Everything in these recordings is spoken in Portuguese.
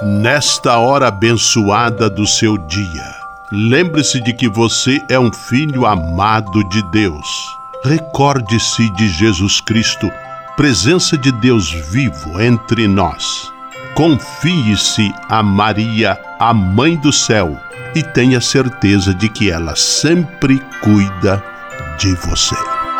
Nesta hora abençoada do seu dia, lembre-se de que você é um filho amado de Deus. Recorde-se de Jesus Cristo, presença de Deus vivo entre nós. Confie-se a Maria, a Mãe do Céu, e tenha certeza de que ela sempre cuida de você.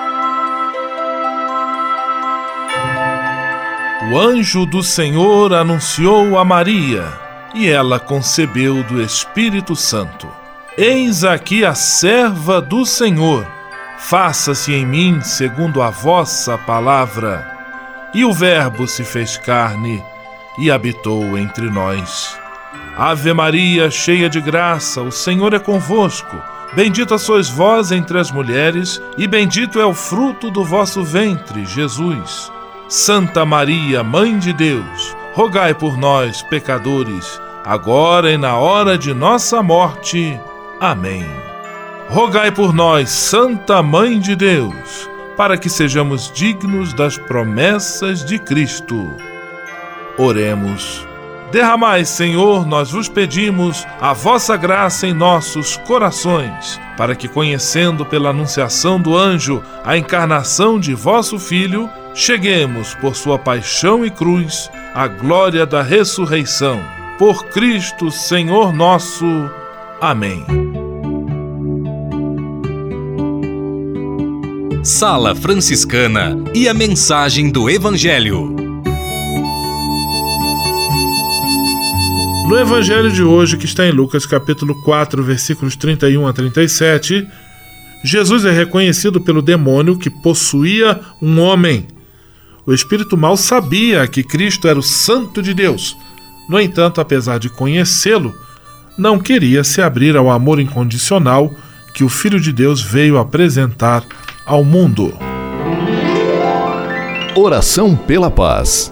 O anjo do Senhor anunciou a Maria, e ela concebeu do Espírito Santo. Eis aqui a serva do Senhor, faça-se em mim segundo a vossa palavra. E o Verbo se fez carne e habitou entre nós. Ave Maria, cheia de graça, o Senhor é convosco. Bendita sois vós entre as mulheres, e bendito é o fruto do vosso ventre, Jesus. Santa Maria, Mãe de Deus, rogai por nós, pecadores, agora e na hora de nossa morte. Amém. Rogai por nós, Santa Mãe de Deus, para que sejamos dignos das promessas de Cristo. Oremos. Derramai, Senhor, nós vos pedimos, a vossa graça em nossos corações, para que, conhecendo pela anunciação do anjo a encarnação de vosso Filho, cheguemos, por sua paixão e cruz, à glória da ressurreição. Por Cristo, Senhor nosso. Amém. Sala Franciscana e a mensagem do Evangelho. No Evangelho de hoje, que está em Lucas capítulo 4, versículos 31 a 37, Jesus é reconhecido pelo demônio que possuía um homem. O espírito mau sabia que Cristo era o Santo de Deus. No entanto, apesar de conhecê-lo, não queria se abrir ao amor incondicional que o Filho de Deus veio apresentar ao mundo. Oração pela paz.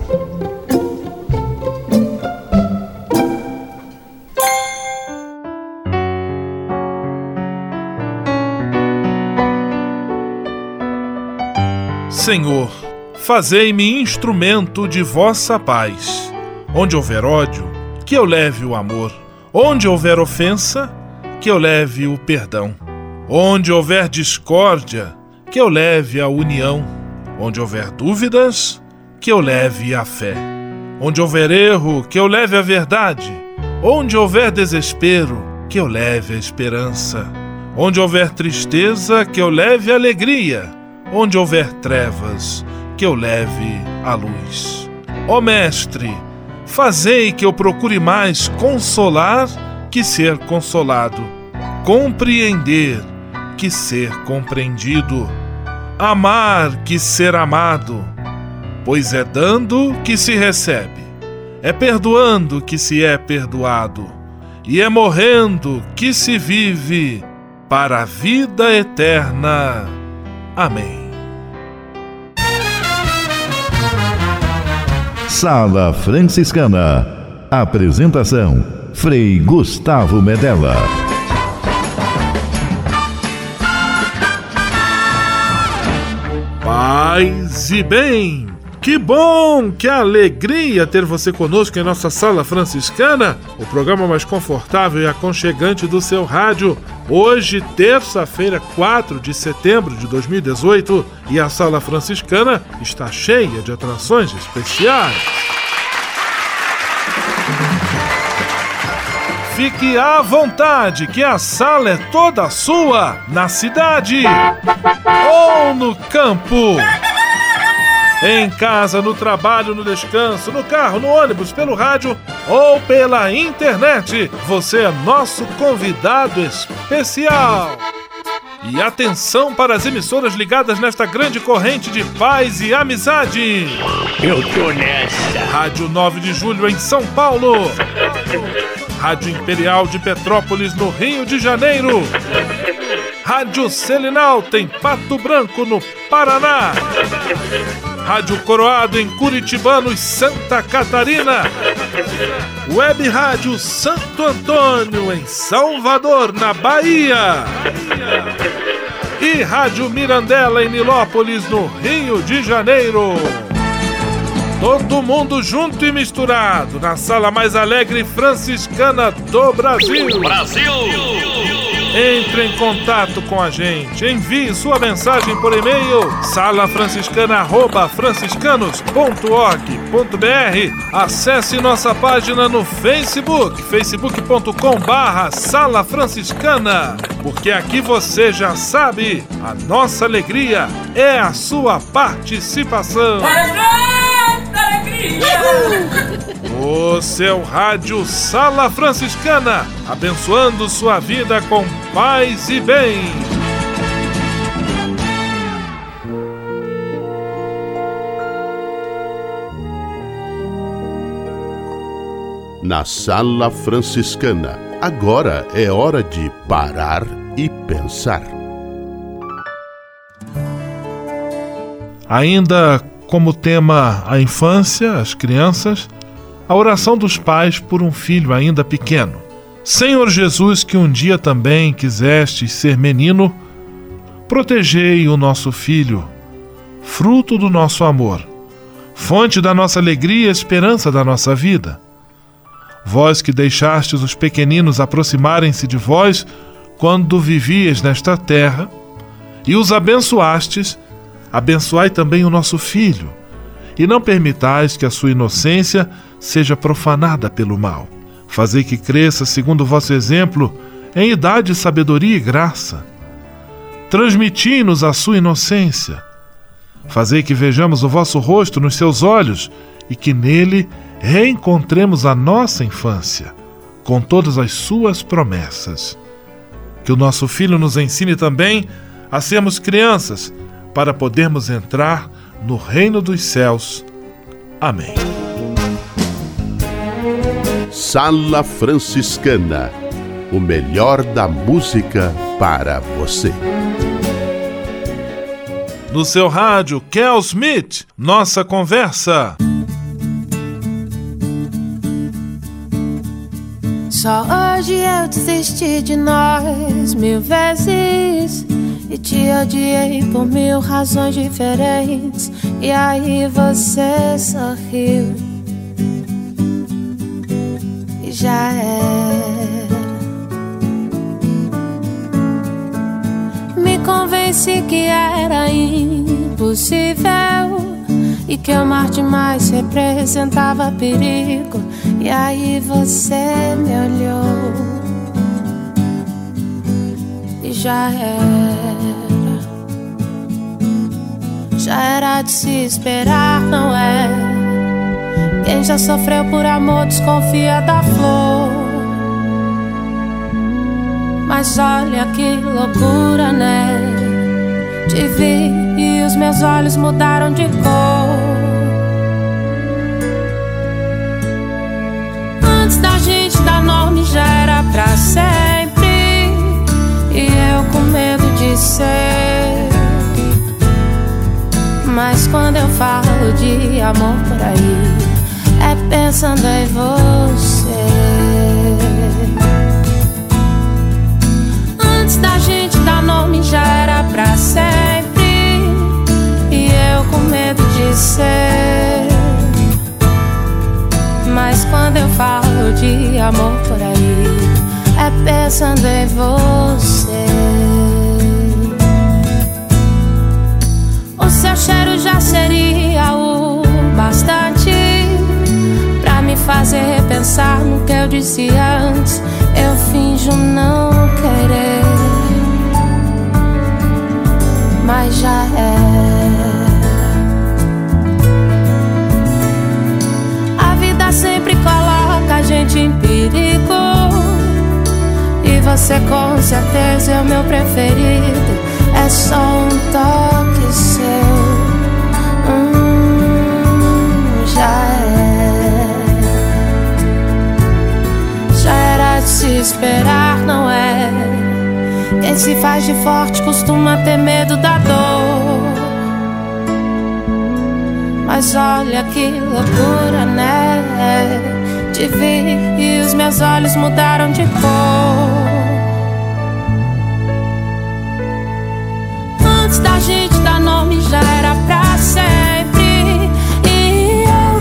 Senhor, fazei-me instrumento de vossa paz. Onde houver ódio, que eu leve o amor. Onde houver ofensa, que eu leve o perdão. Onde houver discórdia, que eu leve a união. Onde houver dúvidas, que eu leve a fé. Onde houver erro, que eu leve a verdade. Onde houver desespero, que eu leve a esperança. Onde houver tristeza, que eu leve a alegria. Onde houver trevas, que eu leve a luz. Ó Mestre, fazei que eu procure mais consolar que ser consolado, compreender que ser compreendido, amar que ser amado, pois é dando que se recebe, é perdoando que se é perdoado, e é morrendo que se vive para a vida eterna. Amém. Sala Franciscana. Apresentação: Frei Gustavo Medella. Paz e bem! Que bom, que alegria ter você conosco em nossa Sala Franciscana, o programa mais confortável e aconchegante do seu rádio. Hoje, terça-feira, 4 de setembro de 2018, e a Sala Franciscana está cheia de atrações especiais. Fique à vontade, que a sala é toda sua, na cidade ou no campo. Em casa, no trabalho, no descanso, no carro, no ônibus, pelo rádio ou pela internet, você é nosso convidado especial. E atenção para as emissoras ligadas nesta grande corrente de paz e amizade. Eu tô nessa. Rádio 9 de Julho em São Paulo. Rádio Imperial de Petrópolis, no Rio de Janeiro. Rádio Selinalta em Pato Branco, no Paraná. Rádio Coroado em Curitibanos, Santa Catarina. Web Rádio Santo Antônio em Salvador, na Bahia. E Rádio Mirandela em Nilópolis, no Rio de Janeiro. Todo mundo junto e misturado na sala mais alegre franciscana do Brasil. Entre em contato com a gente. Envie sua mensagem por e-mail salafranciscana@franciscanos.org.br. Acesse nossa página no Facebook, facebook.com/Sala Franciscana. Porque aqui você já sabe, a nossa alegria é a sua participação. O seu rádio Sala Franciscana, abençoando sua vida com paz e bem. Na Sala Franciscana, agora é hora de parar e pensar. Ainda como tema a infância, as crianças, a oração dos pais por um filho ainda pequeno. Senhor Jesus, que um dia também quisestes ser menino, protegei o nosso filho, fruto do nosso amor, fonte da nossa alegria e esperança da nossa vida. Vós que deixastes os pequeninos aproximarem-se de vós quando vivias nesta terra e os abençoastes, abençoai também o nosso filho, e não permitais que a sua inocência seja profanada pelo mal. Fazei que cresça segundo o vosso exemplo em idade, sabedoria e graça. Transmiti-nos a sua inocência. Fazei que vejamos o vosso rosto nos seus olhos e que nele reencontremos a nossa infância, com todas as suas promessas. Que o nosso filho nos ensine também a sermos crianças, para podermos entrar no reino dos céus. Amém. Sala Franciscana, o melhor da música para você. No seu rádio, Kel Smith, nossa conversa. Só hoje eu desisti de nós 1000 vezes e te odiei por 1000 razões diferentes. E aí você sorriu e já era. Me convenci que era impossível e que amar demais representava perigo. E aí você me olhou e já era de se esperar, não é? Quem já sofreu por amor desconfia da flor. Mas olha que loucura, né? Te vi e os meus olhos mudaram de cor. Antes da gente dar nome já era pra sempre, e eu com medo de ser. Mas quando eu falo de amor por aí, é pensando em você. Antes da gente dar nome já era pra sempre, e eu com medo de ser. Mas quando eu falo de amor por aí, é pensando em você. O seu cheiro já seria o bastante pra me fazer repensar no que eu disse antes. Eu finjo não querer, mas já A vida sempre coloca a gente em perigo, e você com certeza é o meu preferido. É só um toque seu, já era de se esperar, não é? Quem se faz de forte costuma ter medo da dor. Mas olha que loucura, né? Te vi e os meus olhos mudaram de cor. Antes da gente dar nome já era pra sempre, e eu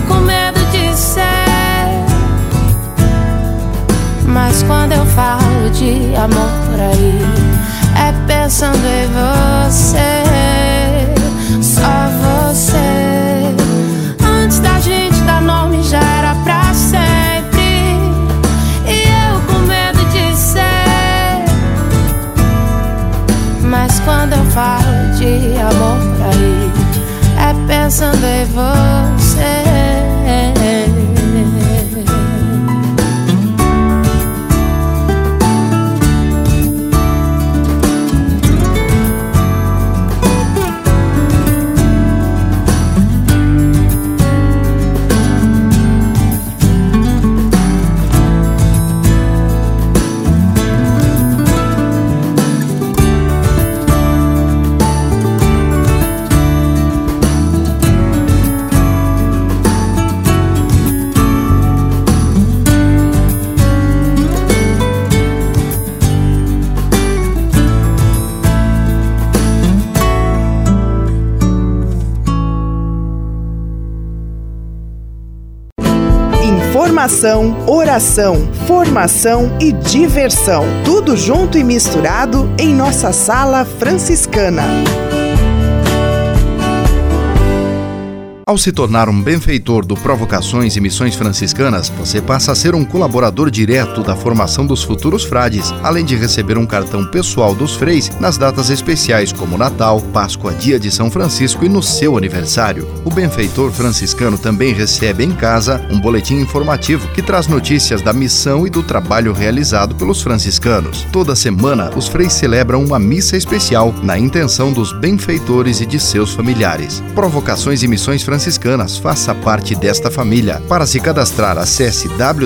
pensando em você. Informação, oração, formação e diversão. Tudo junto e misturado em nossa sala franciscana. Ao se tornar um benfeitor do Provocações e Missões Franciscanas, você passa a ser um colaborador direto da formação dos futuros frades, além de receber um cartão pessoal dos freis nas datas especiais como Natal, Páscoa, Dia de São Francisco e no seu aniversário. O benfeitor franciscano também recebe em casa um boletim informativo que traz notícias da missão e do trabalho realizado pelos franciscanos. Toda semana, os freis celebram uma missa especial na intenção dos benfeitores e de seus familiares. Provocações e Missões Franciscanas, faça parte desta família. Para se cadastrar, acesse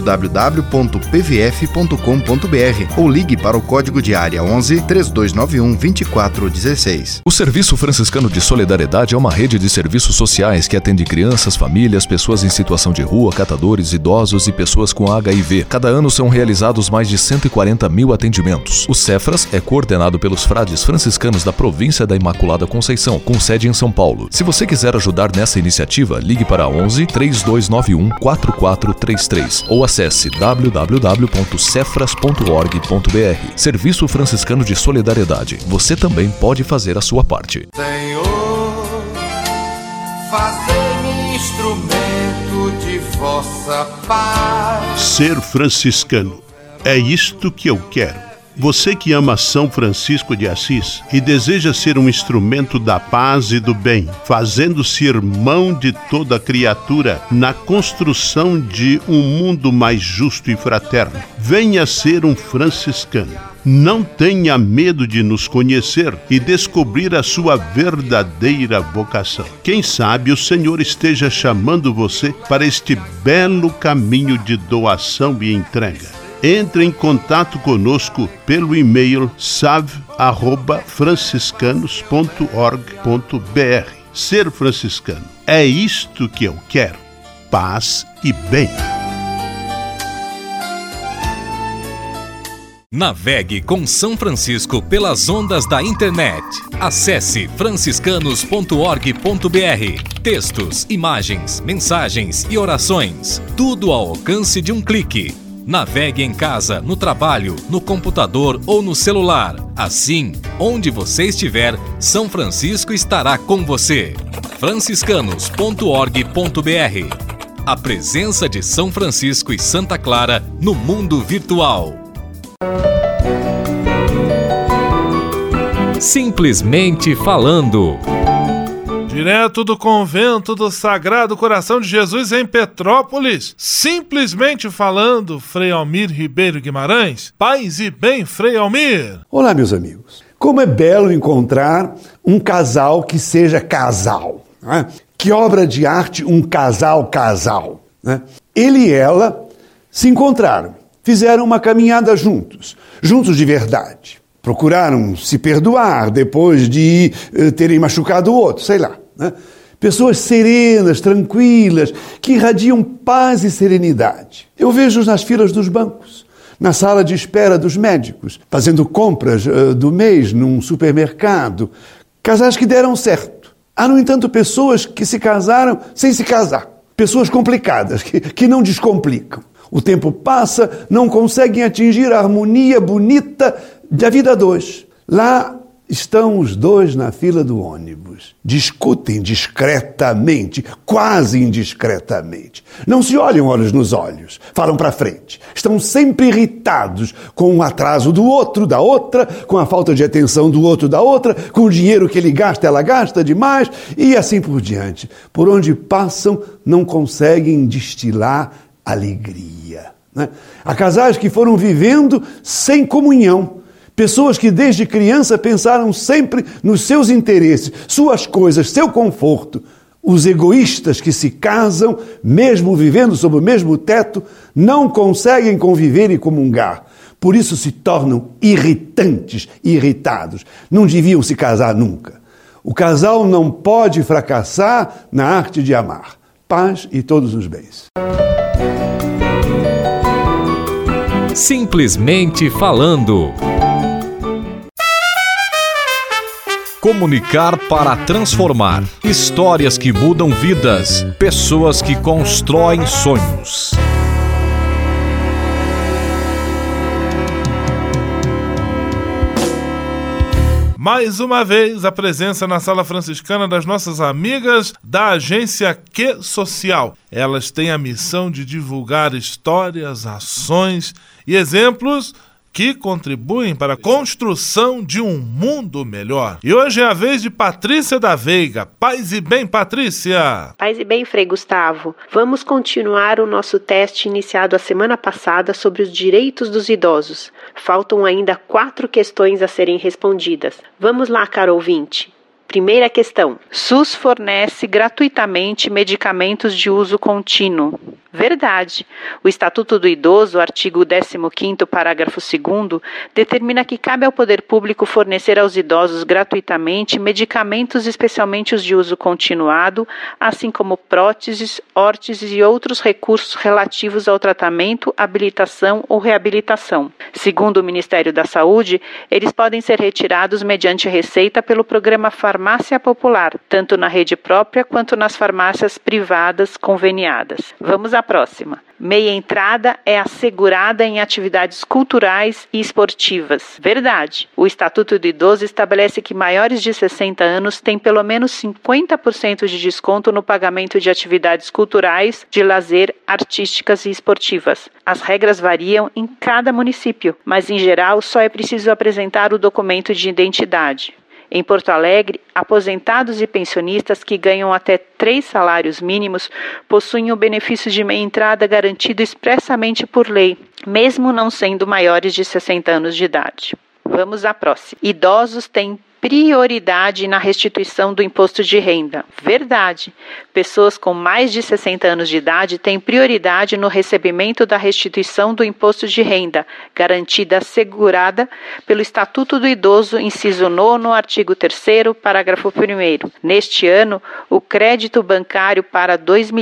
www.pvf.com.br ou ligue para o código de área 11 3291 2416. O Serviço Franciscano de Solidariedade é uma rede de serviços sociais que atende crianças, famílias, pessoas em situação de rua, catadores, idosos e pessoas com HIV. Cada ano são realizados mais de 140 mil atendimentos. O Cefras é coordenado pelos frades franciscanos da província da Imaculada Conceição, com sede em São Paulo. Se você quiser ajudar nessa iniciativa, ligue para 11 3291 4433 ou acesse www.cefras.org.br. Serviço Franciscano de Solidariedade. Você também pode fazer a sua parte. Senhor, fazei-me instrumento de vossa paz. Ser franciscano, é isto que eu quero. Você que ama São Francisco de Assis e deseja ser um instrumento da paz e do bem, fazendo-se irmão de toda criatura na construção de um mundo mais justo e fraterno, venha ser um franciscano. Não tenha medo de nos conhecer e descobrir a sua verdadeira vocação. Quem sabe o Senhor esteja chamando você para este belo caminho de doação e entrega. Entre em contato conosco pelo e-mail save@franciscanos.org.br. Ser franciscano, é isto que eu quero. Paz e bem. Navegue com São Francisco pelas ondas da internet. Acesse franciscanos.org.br. Textos, imagens, mensagens e orações. Tudo ao alcance de um clique. Navegue em casa, no trabalho, no computador ou no celular. Assim, onde você estiver, São Francisco estará com você. franciscanos.org.br. A presença de São Francisco e Santa Clara no mundo virtual. Simplesmente falando. Direto do convento do Sagrado Coração de Jesus em Petrópolis, simplesmente falando, Frei Almir Ribeiro Guimarães. Paz e bem, Frei Almir. Olá, meus amigos. Como é belo encontrar um casal que seja casal, não é? Que obra de arte um casal, né? Ele e ela se encontraram, fizeram uma caminhada juntos de verdade. Procuraram se perdoar depois de terem machucado o outro, sei lá. Né? Pessoas serenas, tranquilas, que irradiam paz e serenidade. Eu vejo-os nas filas dos bancos, na sala de espera dos médicos, fazendo compras do mês num supermercado. Casais que deram certo. Há, no entanto, pessoas que se casaram sem se casar. Pessoas complicadas, que não descomplicam. O tempo passa, não conseguem atingir a harmonia bonita da vida a dois. Lá Estão os dois na fila do ônibus. Discutem discretamente, quase indiscretamente. Não se olham olhos nos olhos, falam para frente. Estão sempre irritados com o atraso do outro, da outra, com a falta de atenção do outro, da outra, com o dinheiro que ele gasta, ela gasta demais, e assim por diante. Por onde passam, não conseguem destilar alegria, né? Há casais que foram vivendo sem comunhão. Pessoas que desde criança pensaram sempre nos seus interesses, suas coisas, seu conforto. Os egoístas que se casam, mesmo vivendo sob o mesmo teto, não conseguem conviver e comungar. Por isso se tornam irritantes, irritados. Não deviam se casar nunca. O casal não pode fracassar na arte de amar. Paz e todos os bens. Simplesmente falando. Comunicar para transformar. Histórias que mudam vidas. Pessoas que constroem sonhos. Mais uma vez, a presença na Sala Franciscana das nossas amigas da agência Que Social. Elas têm a missão de divulgar histórias, ações e exemplos que contribuem para a construção de um mundo melhor. E hoje é a vez de Patrícia da Veiga. Paz e bem, Patrícia! Paz e bem, Frei Gustavo. Vamos continuar o nosso teste iniciado a semana passada sobre os direitos dos idosos. Faltam ainda 4 questões a serem respondidas. Vamos lá, caro ouvinte. Primeira questão. SUS fornece gratuitamente medicamentos de uso contínuo. Verdade. O Estatuto do Idoso, artigo 15º, parágrafo 2º, determina que cabe ao poder público fornecer aos idosos gratuitamente medicamentos, especialmente os de uso continuado, assim como próteses, órteses e outros recursos relativos ao tratamento, habilitação ou reabilitação. Segundo o Ministério da Saúde, eles podem ser retirados mediante receita pelo programa Farmácia Popular, tanto na rede própria quanto nas farmácias privadas conveniadas. Vamos à próxima. Meia entrada é assegurada em atividades culturais e esportivas. Verdade. O Estatuto do Idoso estabelece que maiores de 60 anos têm pelo menos 50% de desconto no pagamento de atividades culturais, de lazer, artísticas e esportivas. As regras variam em cada município, mas em geral só é preciso apresentar o documento de identidade. Em Porto Alegre, aposentados e pensionistas que ganham até 3 salários mínimos possuem o benefício de meia entrada garantido expressamente por lei, mesmo não sendo maiores de 60 anos de idade. Vamos à próxima. Idosos têm prioridade na restituição do imposto de renda. Verdade. Pessoas com mais de 60 anos de idade têm prioridade no recebimento da restituição do imposto de renda, garantida assegurada pelo Estatuto do Idoso, inciso 9º, artigo 3º, parágrafo 1º. Neste ano, o crédito bancário para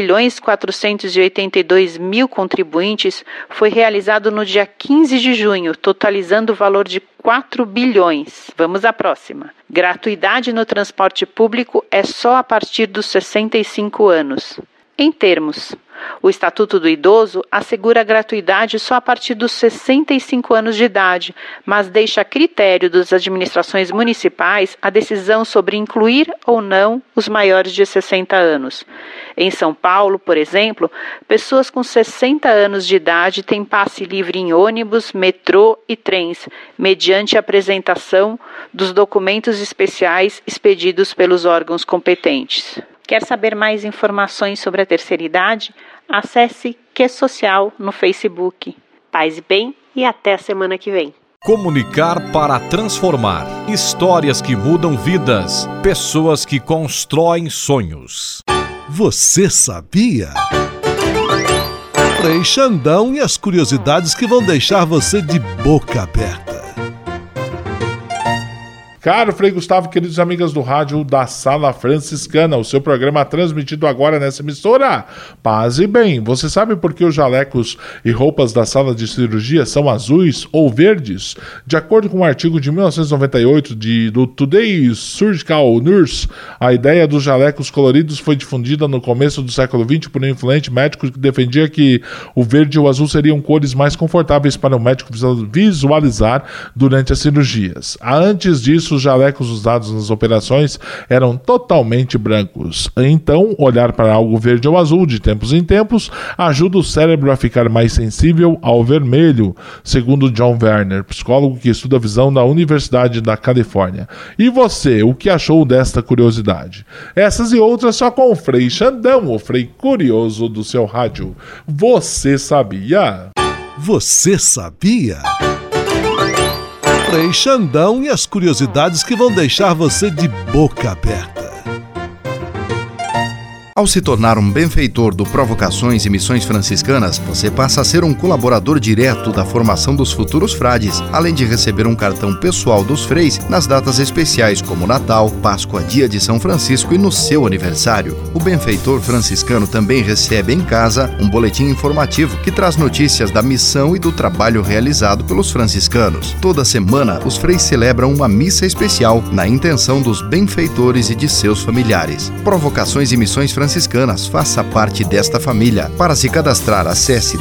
2.482.000 contribuintes foi realizado no dia 15 de junho, totalizando o valor de 4 bilhões. Vamos à próxima. Gratuidade no transporte público é só a partir dos 65 anos. Em termos, o Estatuto do Idoso assegura a gratuidade só a partir dos 65 anos de idade, mas deixa a critério das administrações municipais a decisão sobre incluir ou não os maiores de 60 anos. Em São Paulo, por exemplo, pessoas com 60 anos de idade têm passe livre em ônibus, metrô e trens, mediante a apresentação dos documentos especiais expedidos pelos órgãos competentes. Quer saber mais informações sobre a terceira idade? Acesse Que Social no Facebook. Paz e bem e até a semana que vem. Comunicar para transformar. Histórias que mudam vidas. Pessoas que constroem sonhos. Você sabia? Frei Xandão e as curiosidades que vão deixar você de boca aberta. Caro Frei Gustavo, queridos amigas do rádio da Sala Franciscana, o seu programa transmitido agora nessa emissora. Paz e bem, você sabe por que os jalecos e roupas da sala de cirurgia são azuis ou verdes? De acordo com um artigo de 1998 do Today Surgical Nurse, a ideia dos jalecos coloridos foi difundida no começo do século XX por um influente médico que defendia que o verde e o azul seriam cores mais confortáveis para o médico visualizar durante as cirurgias. Antes disso, os jalecos usados nas operações eram totalmente brancos. Então, olhar para algo verde ou azul de tempos em tempos ajuda o cérebro a ficar mais sensível ao vermelho, segundo John Werner, psicólogo que estuda a visão na Universidade da Califórnia. E você, o que achou desta curiosidade? Essas e outras só com o Frei Xandão, o Frei Curioso do seu rádio. Você sabia? Você sabia? Frei Xandão e as curiosidades que vão deixar você de boca aberta. Ao se tornar um benfeitor do Provocações e Missões Franciscanas, você passa a ser um colaborador direto da formação dos futuros frades, além de receber um cartão pessoal dos freis nas datas especiais como Natal, Páscoa, Dia de São Francisco e no seu aniversário. O benfeitor franciscano também recebe em casa um boletim informativo que traz notícias da missão e do trabalho realizado pelos franciscanos. Toda semana, os freis celebram uma missa especial na intenção dos benfeitores e de seus familiares. Provocações e Missões Franciscanas, faça parte desta família. Para se cadastrar, acesse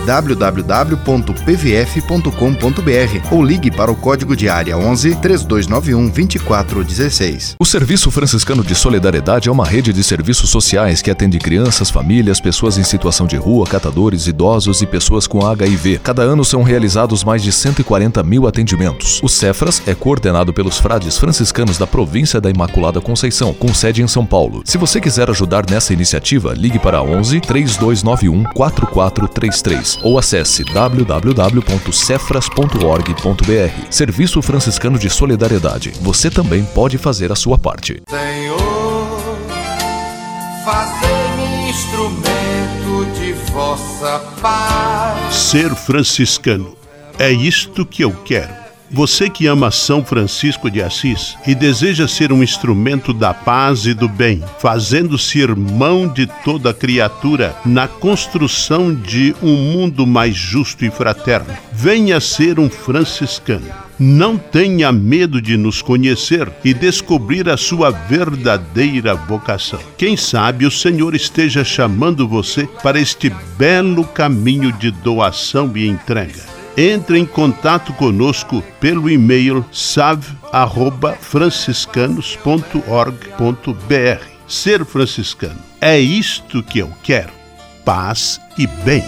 www.pvf.com.br ou ligue para o código de área 11 3291 2416. O Serviço Franciscano de Solidariedade é uma rede de serviços sociais que atende crianças, famílias, pessoas em situação de rua, catadores, idosos e pessoas com HIV. Cada ano são realizados mais de 140 mil atendimentos. O Cefras é coordenado pelos frades franciscanos da província da Imaculada Conceição, com sede em São Paulo. Se você quiser ajudar nessa iniciativa, ligue para 11 3291 4433 ou acesse www.cefras.org.br. Serviço Franciscano de Solidariedade. Você também pode fazer a sua parte. Senhor, fazei-me instrumento de vossa paz. Ser franciscano. É isto que eu quero. Você que ama São Francisco de Assis e deseja ser um instrumento da paz e do bem, fazendo-se irmão de toda criatura na construção de um mundo mais justo e fraterno, venha ser um franciscano. Não tenha medo de nos conhecer e descobrir a sua verdadeira vocação. Quem sabe o Senhor esteja chamando você para este belo caminho de doação e entrega. Entre em contato conosco pelo e-mail save@franciscanos.org.br. Ser franciscano. É isto que eu quero. Paz e bem.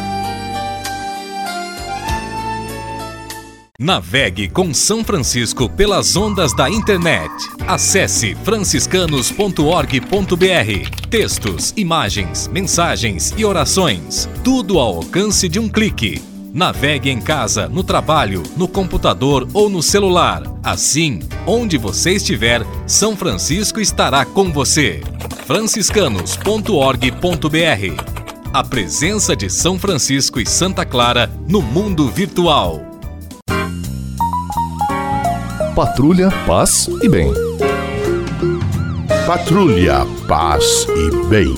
Navegue com São Francisco pelas ondas da internet. Acesse franciscanos.org.br. Textos, imagens, mensagens e orações. Tudo ao alcance de um clique. Navegue em casa, no trabalho, no computador ou no celular. Assim, onde você estiver, São Francisco estará com você. franciscanos.org.br. A presença de São Francisco e Santa Clara no mundo virtual. Patrulha, paz e bem. Patrulha, paz e bem.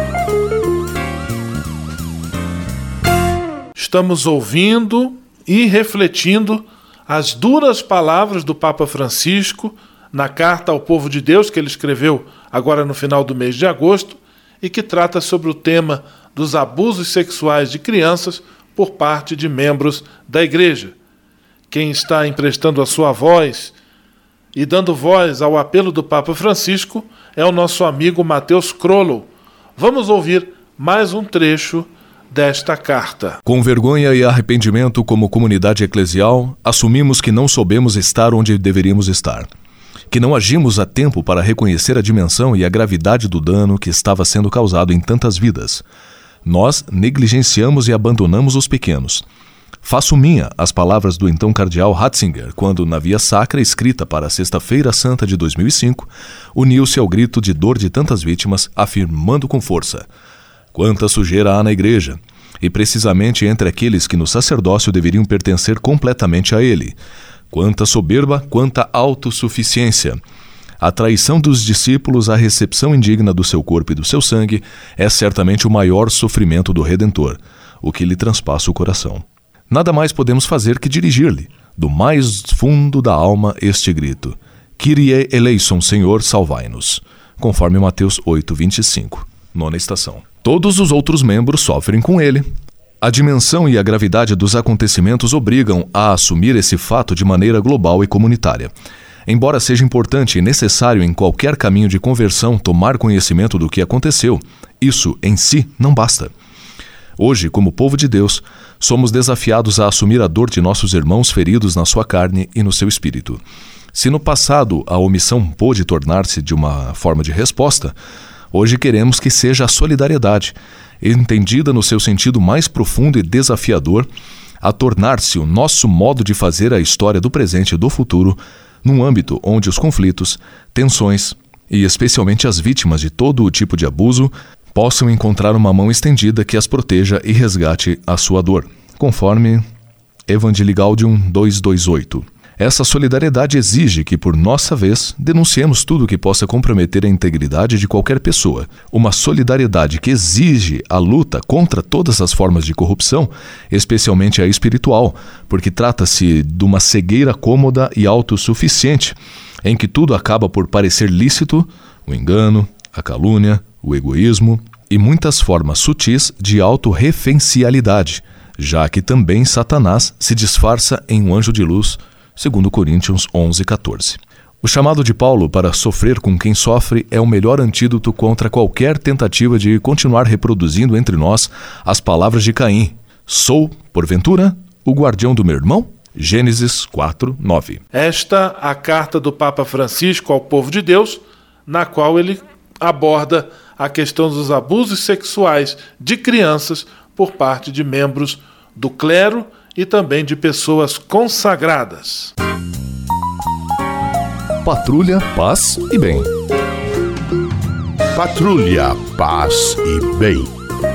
Estamos ouvindo e refletindo as duras palavras do Papa Francisco na carta ao povo de Deus que ele escreveu agora no final do mês de agosto e que trata sobre o tema dos abusos sexuais de crianças por parte de membros da Igreja. Quem está emprestando a sua voz e dando voz ao apelo do Papa Francisco é o nosso amigo Matheus Krolow. Vamos ouvir mais um trecho desta carta. Com vergonha e arrependimento como comunidade eclesial, assumimos que não soubemos estar onde deveríamos estar, que não agimos a tempo para reconhecer a dimensão e a gravidade do dano que estava sendo causado em tantas vidas. Nós negligenciamos e abandonamos os pequenos. Faço minha as palavras do então cardeal Ratzinger, quando, na Via Sacra, escrita para a Sexta-feira Santa de 2005, uniu-se ao grito de dor de tantas vítimas, afirmando com força: quanta sujeira há na Igreja, e precisamente entre aqueles que no sacerdócio deveriam pertencer completamente a ele. Quanta soberba, quanta autossuficiência. A traição dos discípulos à recepção indigna do seu corpo e do seu sangue é certamente o maior sofrimento do Redentor, o que lhe transpassa o coração. Nada mais podemos fazer que dirigir-lhe, do mais fundo da alma, este grito: Kyrie eleison, Senhor, salvai-nos, conforme Mateus 8:25, nona estação. Todos os outros membros sofrem com ele. A dimensão e a gravidade dos acontecimentos obrigam a assumir esse fato de maneira global e comunitária. Embora seja importante e necessário em qualquer caminho de conversão tomar conhecimento do que aconteceu, isso em si não basta. Hoje, como povo de Deus, somos desafiados a assumir a dor de nossos irmãos feridos na sua carne e no seu espírito. Se no passado a omissão pôde tornar-se de uma forma de resposta, hoje queremos que seja a solidariedade, entendida no seu sentido mais profundo e desafiador, a tornar-se o nosso modo de fazer a história do presente e do futuro num âmbito onde os conflitos, tensões e especialmente as vítimas de todo o tipo de abuso possam encontrar uma mão estendida que as proteja e resgate a sua dor, conforme Evangelii Gaudium 2:2:8. Essa solidariedade exige que, por nossa vez, denunciemos tudo que possa comprometer a integridade de qualquer pessoa. Uma solidariedade que exige a luta contra todas as formas de corrupção, especialmente a espiritual, porque trata-se de uma cegueira cômoda e autossuficiente, em que tudo acaba por parecer lícito, o engano, a calúnia, o egoísmo e muitas formas sutis de autorreferencialidade, já que também Satanás se disfarça em um anjo de luz, segundo Coríntios 11:14. O chamado de Paulo para sofrer com quem sofre é o melhor antídoto contra qualquer tentativa de continuar reproduzindo entre nós as palavras de Caim. Sou, porventura, o guardião do meu irmão? Gênesis 4:9. Esta a carta do Papa Francisco ao povo de Deus, na qual ele aborda a questão dos abusos sexuais de crianças por parte de membros do clero e também de pessoas consagradas. Patrulha, paz e bem. Patrulha, paz e bem.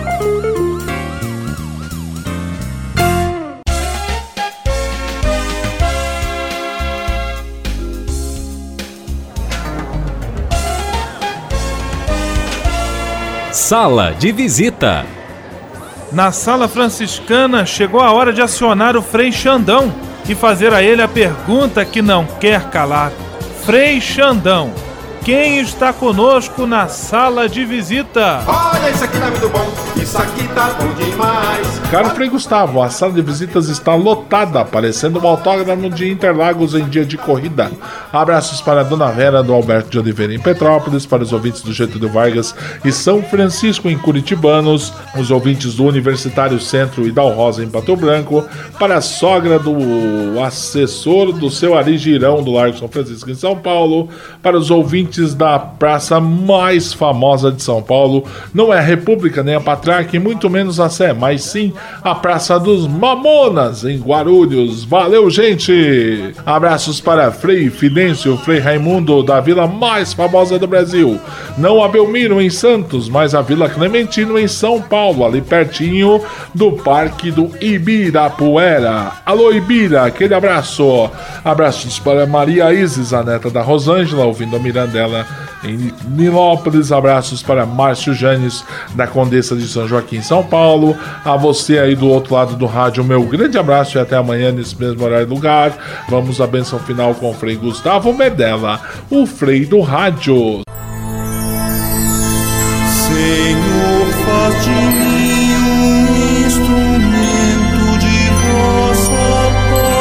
Sala de visita. Na sala franciscana chegou a hora de acionar o Frei Xandão e fazer a ele a pergunta que não quer calar. Frei Xandão, quem está conosco na sala de visita? Olha, isso aqui tá muito bom, isso aqui tá bom demais. Caro Frei Gustavo, a sala de visitas está lotada, parecendo um autódromo de Interlagos em dia de corrida. Abraços para a Dona Vera do Alberto de Oliveira em Petrópolis, para os ouvintes do Getúlio Vargas e São Francisco em Curitibanos, os ouvintes do Universitário Centro e Dalrosa em Pato Branco, para a sogra do assessor do seu Ari Girão do Largo São Francisco em São Paulo, para os ouvintes da praça mais famosa de São Paulo, não é a República nem a Patriarca e muito menos a Sé, mas sim a Praça dos Mamonas em Guarulhos. Valeu, gente! Abraços para Frei Fidêncio, Frei Raimundo da vila mais famosa do Brasil, não a Belmiro em Santos, mas a Vila Clementino em São Paulo, ali pertinho do Parque do Ibirapuera. Alô, Ibira, aquele abraço. Abraços para Maria Isis, a neta da Rosângela, ouvindo a Mirandela em Nilópolis. Abraços para Márcio Janes, da Condessa de São Joaquim, São Paulo. A você aí do outro lado do rádio, meu grande abraço e até amanhã nesse mesmo horário e lugar. Vamos à bênção final com o Frei Gustavo Medella, o Frei do Rádio. Senhor, faz de mim um instrumento de vossa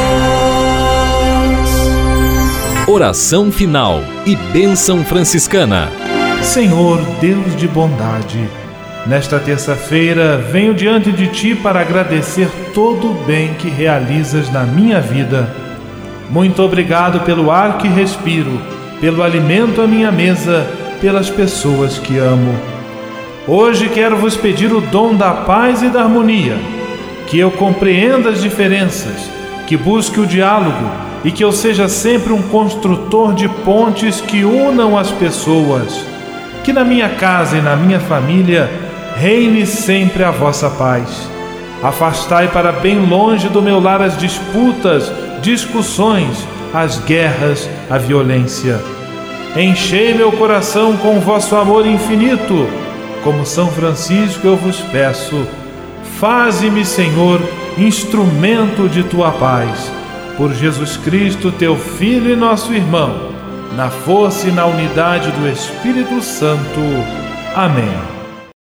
paz. Oração final e bênção franciscana. Senhor, Deus de bondade, nesta terça-feira venho diante de Ti para agradecer todo o bem que realizas na minha vida. Muito obrigado pelo ar que respiro, pelo alimento à minha mesa, pelas pessoas que amo. Hoje quero vos pedir o dom da paz e da harmonia, que eu compreenda as diferenças, que busque o diálogo e que eu seja sempre um construtor de pontes que unam as pessoas. Que na minha casa e na minha família reine sempre a vossa paz. Afastai para bem longe do meu lar as disputas, discussões, as guerras, a violência. Enchei meu coração com o vosso amor infinito. Como São Francisco eu vos peço, faze-me, Senhor, instrumento de tua paz. Por Jesus Cristo, teu Filho e nosso irmão, na força e na unidade do Espírito Santo. Amém.